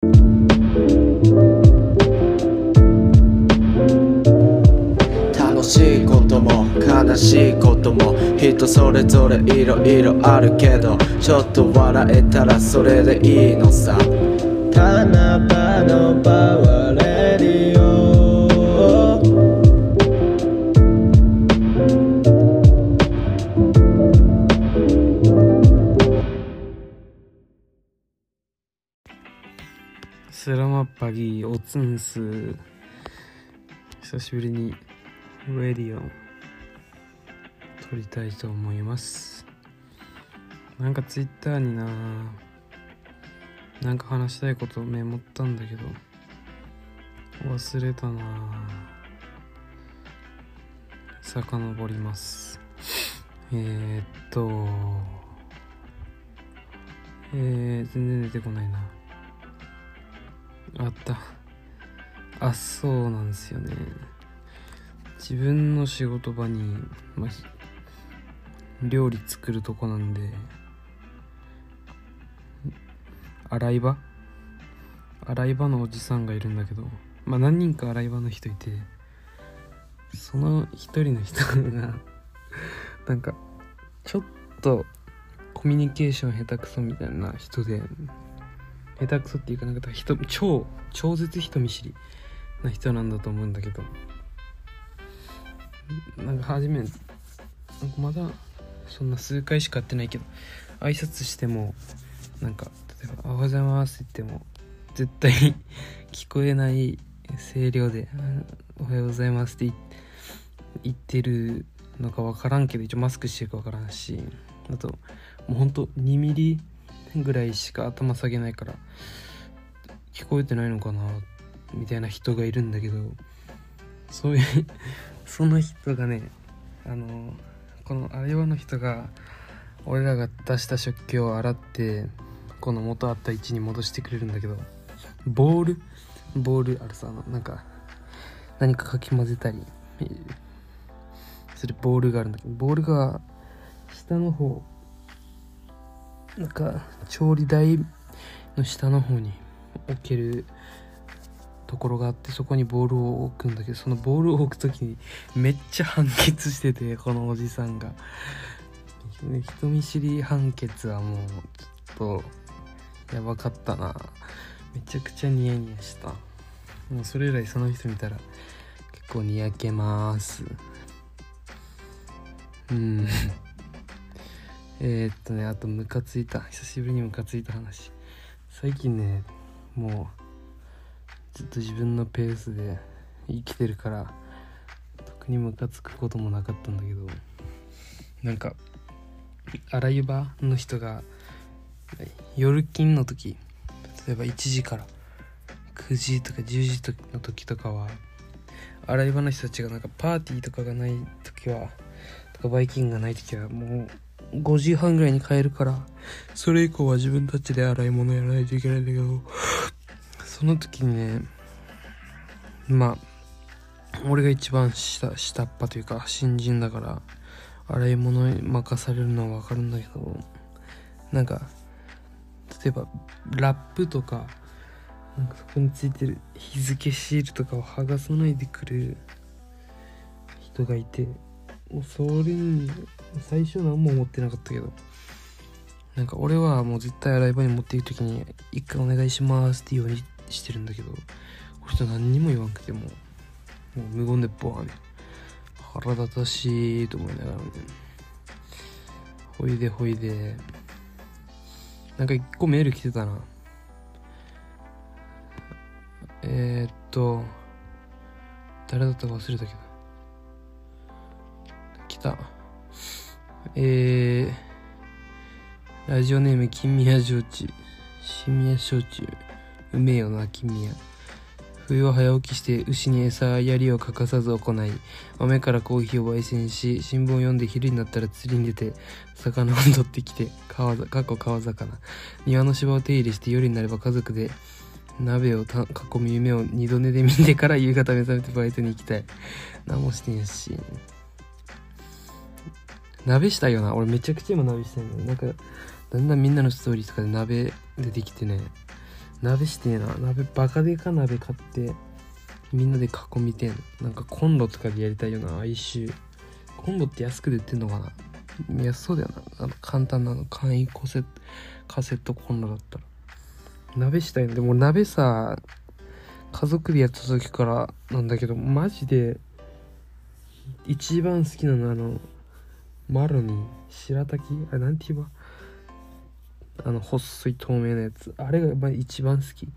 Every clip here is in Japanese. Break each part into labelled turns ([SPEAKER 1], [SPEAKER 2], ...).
[SPEAKER 1] 楽しいことも悲しいことも人それぞれいろいろあるけど、ちょっと笑えたらそれでいいのさ。七夕のパワーレディオ。
[SPEAKER 2] スラマッパギーおつんす。久しぶりにレディオ撮りたいと思います。なんかツイッターになんか話したいことメモったんだけど忘れたな。遡ります。全然出てこないな。そうなんですよね。自分の仕事場に、料理作るとこなんで、洗い場のおじさんがいるんだけど、何人か洗い場の人いて、その一人の人がなんかちょっとコミュニケーション下手くそみたいな人で、下手くそっていうか超絶人見知りな人なんだと思うんだけど、まだそんな数回しか会ってないけど、挨拶しても例えばおはようございますって言っても絶対聞こえない声量でおはようございますって言ってるのか分からんけど、一応マスクしてるか分からんし、あともうほんと2ミリぐらいしか頭下げないから聞こえてないのかなみたいな人がいるんだけど、その人がね、このあれはの人が俺らが出した食器を洗ってこの元あった位置に戻してくれるんだけど、ボールあるさ、何かかき混ぜたりするボールがあるんだけど、ボールが下の方、調理台の下の方に置けるところがあって、そこにボールを置くんだけど、そのボールを置くときにめっちゃ判決してて、このおじさんが人見知り判決はもうちょっとやばかったな。めちゃくちゃニヤニヤした。もうそれ以来その人見たら結構にやけますあと久しぶりにムカついた話。最近ね、もうずっと自分のペースで生きてるから特にムカつくこともなかったんだけど、洗い場の人が夜勤の時、例えば1時から9時とか10時の時とかは、洗い場の人たちがパーティーとかがない時はとかバイキングがない時はもう5時半ぐらいに帰るから、それ以降は自分たちで洗い物やらないといけないんだけど、その時にね、俺が一番下っ端というか新人だから洗い物に任されるのは分かるんだけど、例えばラップとかそこについてる日付シールとかを剥がさないでくる人がいて、もうそれに最初何も思ってなかったけど、俺はもう絶対洗い場に持っていくときに一回お願いしますって言うようにしてるんだけど、この人何にも言わんくてもう無言でボワン、腹立たしいと思いながらね、ほいで一個メール来てたな。誰だったか忘れたけど来た。ラジオネーム金宮焼酎、新宮焼酎、うめえよな金宮。冬は早起きして牛に餌やりを欠かさず行い、豆からコーヒーを焙煎し、新聞を読んで昼になったら釣りに出て魚を取ってきて川魚、庭の芝を手入れして、夜になれば家族で鍋を囲む夢を二度寝で見てから夕方目覚めてバイトに行きたい。何もしてんやし、鍋したいよな。俺めちゃくちゃ今鍋したいの。だんだんみんなのストーリーとかで鍋出てきてね、 鍋してえな。鍋バカでか鍋買ってみんなで囲みてえの。なんかコンロとかでやりたいような哀愁。コンロって安くで売ってんのかな。安そうだよな。簡単な簡易カセットコンロだったら鍋したいの。でも鍋さ、家族でやった時からなんだけど、マジで一番好きなのマロニー白滝、あれなんて言えば、細い透明なやつ、あれが一番好き。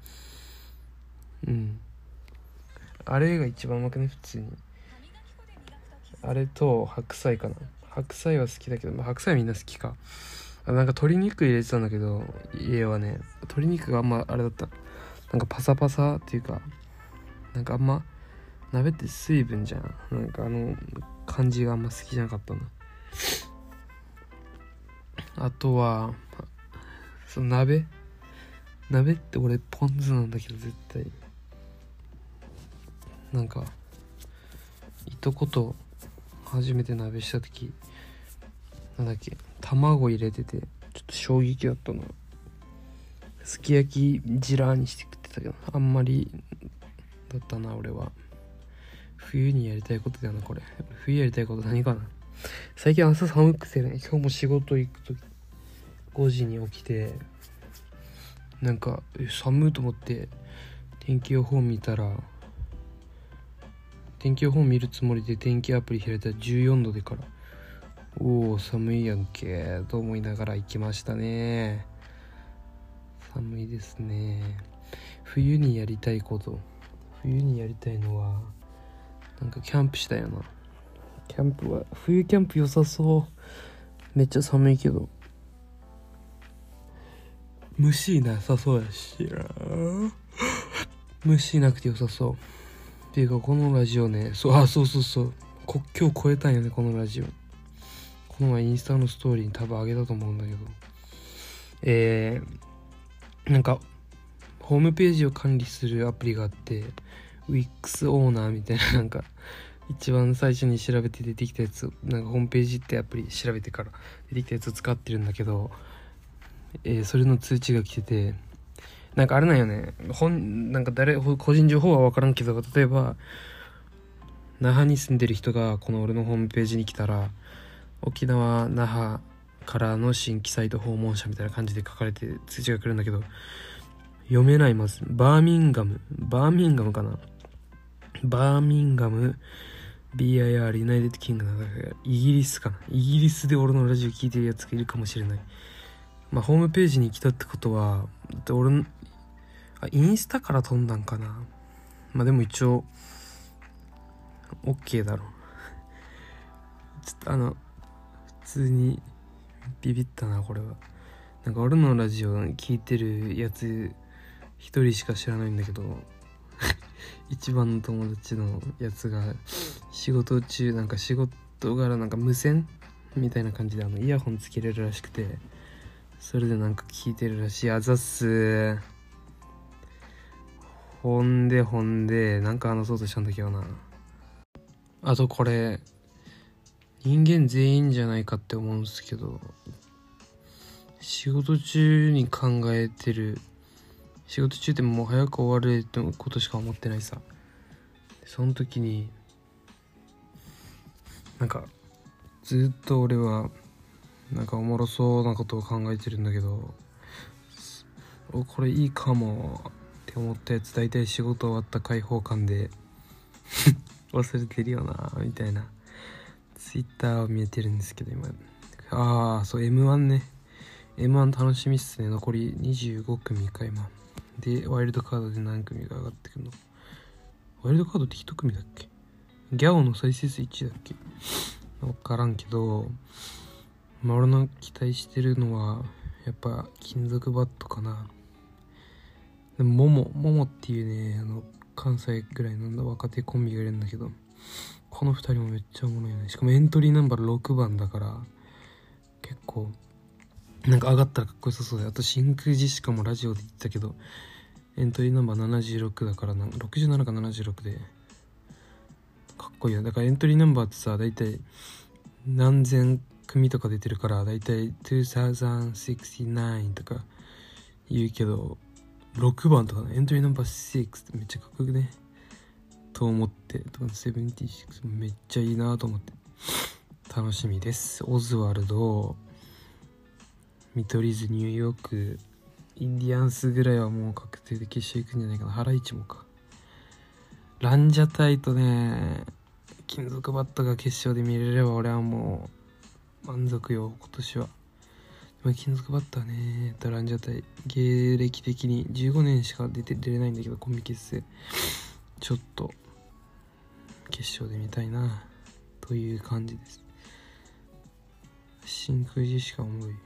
[SPEAKER 2] あれが一番うまくね、普通に。あれと白菜かな。白菜は好きだけど、白菜はみんな好きか。なんか鶏肉入れてたんだけど、家はね、鶏肉があんまあれだった。なんかパサパサっていうか、なんかあんま鍋って水分じゃん。なんか感じがあんま好きじゃなかったな。あとはその鍋って俺ポン酢なんだけど、絶対なんかいとこと初めて鍋した時、なんだっけ、卵入れててちょっと衝撃だったな。すき焼きジラーにして食ってたけど、あんまりだったな。俺は冬にやりたいことだよな、これ。冬やりたいこと何かな。最近朝寒くてね、今日も仕事行くと5時に起きて、なんか寒いと思って天気予報見たら、天気予報見るつもりで天気アプリ開いたら14度でから、おお寒いやんけと思いながら行きましたね。寒いですね。冬にやりたいこと、冬にやりたいのはなんかキャンプしたよな。キャンプは冬キャンプ良さそう。めっちゃ寒いけど虫なさそうやしな。虫なくて良さそうっていうか、このラジオね、そう国境越えたんよね、このラジオ。この前インスタのストーリーに多分あげたと思うんだけど、なんかホームページを管理するアプリがあって、 Wix オーナーみたいな、なんか一番最初に調べて出てきたやつ、なんかホームページってアプリ調べてから出てきたやつを使ってるんだけど、それの通知が来てて、なんかあれなんよね、なんか個人情報は分からんけど、例えば那覇に住んでる人がこの俺のホームページに来たら、沖縄那覇からの新規サイト訪問者みたいな感じで書かれて通知が来るんだけど、読めない。まずバーミンガムかな、バーミンガム BIR ユナイテッドキングダム、イギリスかな。イギリスで俺のラジオ聞いてるやつがいるかもしれない。ホームページに来たってことは、俺インスタから飛んだんかな。でも一応 OK だろ。ちょっと普通にビビったな、これは。なんか俺のラジオ聞いてるやつ一人しか知らないんだけど一番の友達のやつが仕事中、なんか仕事柄なんか無線みたいな感じでイヤホンつけれるらしくて、それでなんか聞いてるらしい。あざっす。ほんでなんか話そうとしたんだけどな。あとこれ人間全員じゃないかって思うんですけど、仕事中に考えてる、仕事中ってもう早く終わるってことしか思ってないさ。その時になんかずっと俺はなんかおもろそうなことを考えてるんだけど、これいいかもって思ったやつ、大体仕事終わった開放感で忘れてるよなみたいなツイッターを見えてるんですけど、今そう M1 ね、 M1 楽しみっすね。残り25組か今で、ワイルドカードで何組が上がってくるの。ワイルドカードって1組だっけ。ギャオの再生数1だっけ、分からんけど、俺の期待してるのはやっぱ金属バットかな。でもモモっていうね、関西ぐらいの若手コンビがいるんだけど、この2人もめっちゃおもろいよね。しかもエントリーナンバー6番だから結構なんか上がったらかっこよさそうだよ。あと真空ジェシカもラジオで言ってたけど、エントリーナンバー76だから67か76でかっこいいよ。だからエントリーナンバーってさ、だいたい何千組とか出てるから、だいたい2069とか言うけど、 6番とかね、エントリーナンバー6ってめっちゃかっこよくねと思って、とか76めっちゃいいなと思って楽しみです。オズワルド、見取り図、ニューヨーク、インディアンスぐらいはもう確定で決勝行くんじゃないかな。ハライチもか。ランジャタイとね、金属バットが決勝で見れれば俺はもう満足よ、今年は。でも金属バットはね、ランジャタイ芸歴的に15年しか出れないんだけど、コンビ結成ちょっと決勝で見たいなという感じです。真空ジェシカ思い、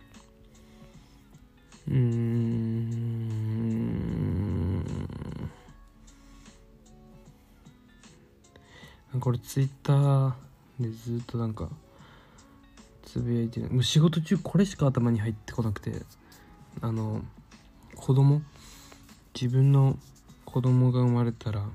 [SPEAKER 2] これツイッターでずっとなんかつぶやいてる。もう仕事中これしか頭に入ってこなくて、子供、自分の子供が生まれたら、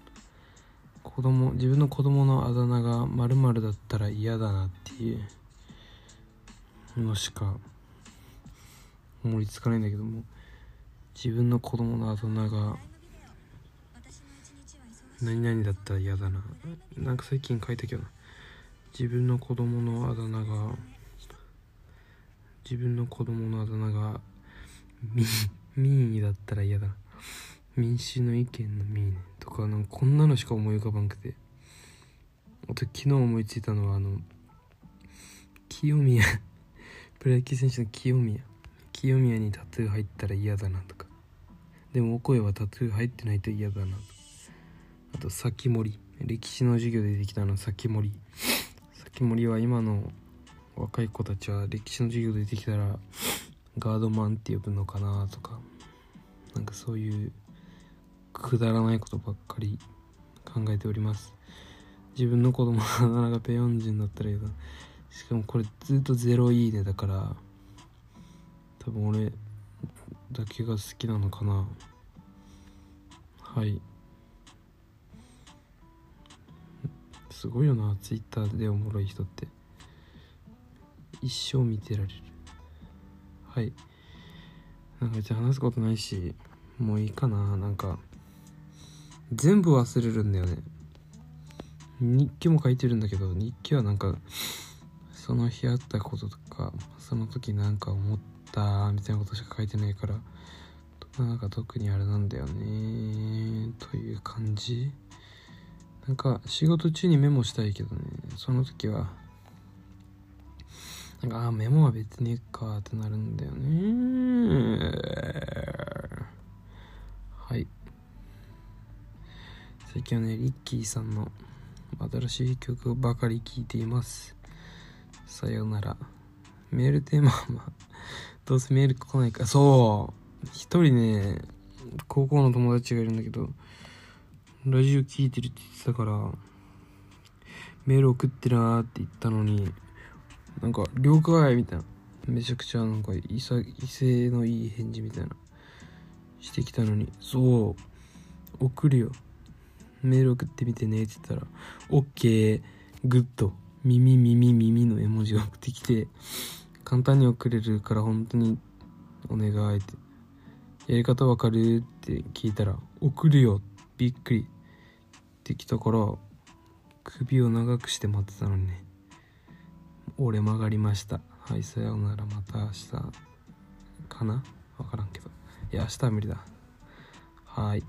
[SPEAKER 2] 自分の子供のあだ名が〇〇だったら嫌だなっていうのしか思いつかないんだけども、自分の子供のあだ名が何々だったら嫌だな。なんか最近書いたけど、自分の子供のあだ名が民意だったら嫌だな。民主の意見の民とか、なんかこんなのしか思い浮かばんくて、あと昨日思いついたのは清宮プロ野球選手の清宮にタトゥー入ったら嫌だなとか、でもお声はタトゥー入ってないと嫌だなとか、あと先森、歴史の授業で出てきた先森は今の若い子たちは歴史の授業で出てきたらガードマンって呼ぶのかなとか、なんかそういうくだらないことばっかり考えております。自分の子供がなんかペヨンジンだったらいいな。しかもこれずっと0いいねだから、多分俺だけが好きなのかな。はい、すごいよな、ツイッターでおもろい人って一生見てられる。はい、なんかじゃあ話すことないしもういいかな。なんか全部忘れるんだよね。日記も書いてるんだけど、日記はなんかその日あったこととか、その時なんか思ったみたいなことしか書いてないから、なんか特にあれなんだよねという感じ。なんか仕事中にメモしたいけどね、その時はなんかメモは別にいいかってなるんだよね。はい、最近はねリッキーさんの新しい曲ばかり聴いています。さよなら。メールテーマはどうせメール来ないから。そう一人ね高校の友達がいるんだけど、ラジオ聞いてるって言ってたからメール送ってなーって言ったのに、なんか了解みたいな、めちゃくちゃなんか威勢のいい返事みたいなしてきたのに、そう送るよ、メール送ってみてねって言ったら OK グッド耳の絵文字が送ってきて、簡単に送れるから本当にお願いって、やり方わかるって聞いたら送るよびっくりってきたから、首を長くして待ってたのにね、俺曲がりました。はい、さようなら、また明日かな、わからんけど、いや明日は無理だ。はい。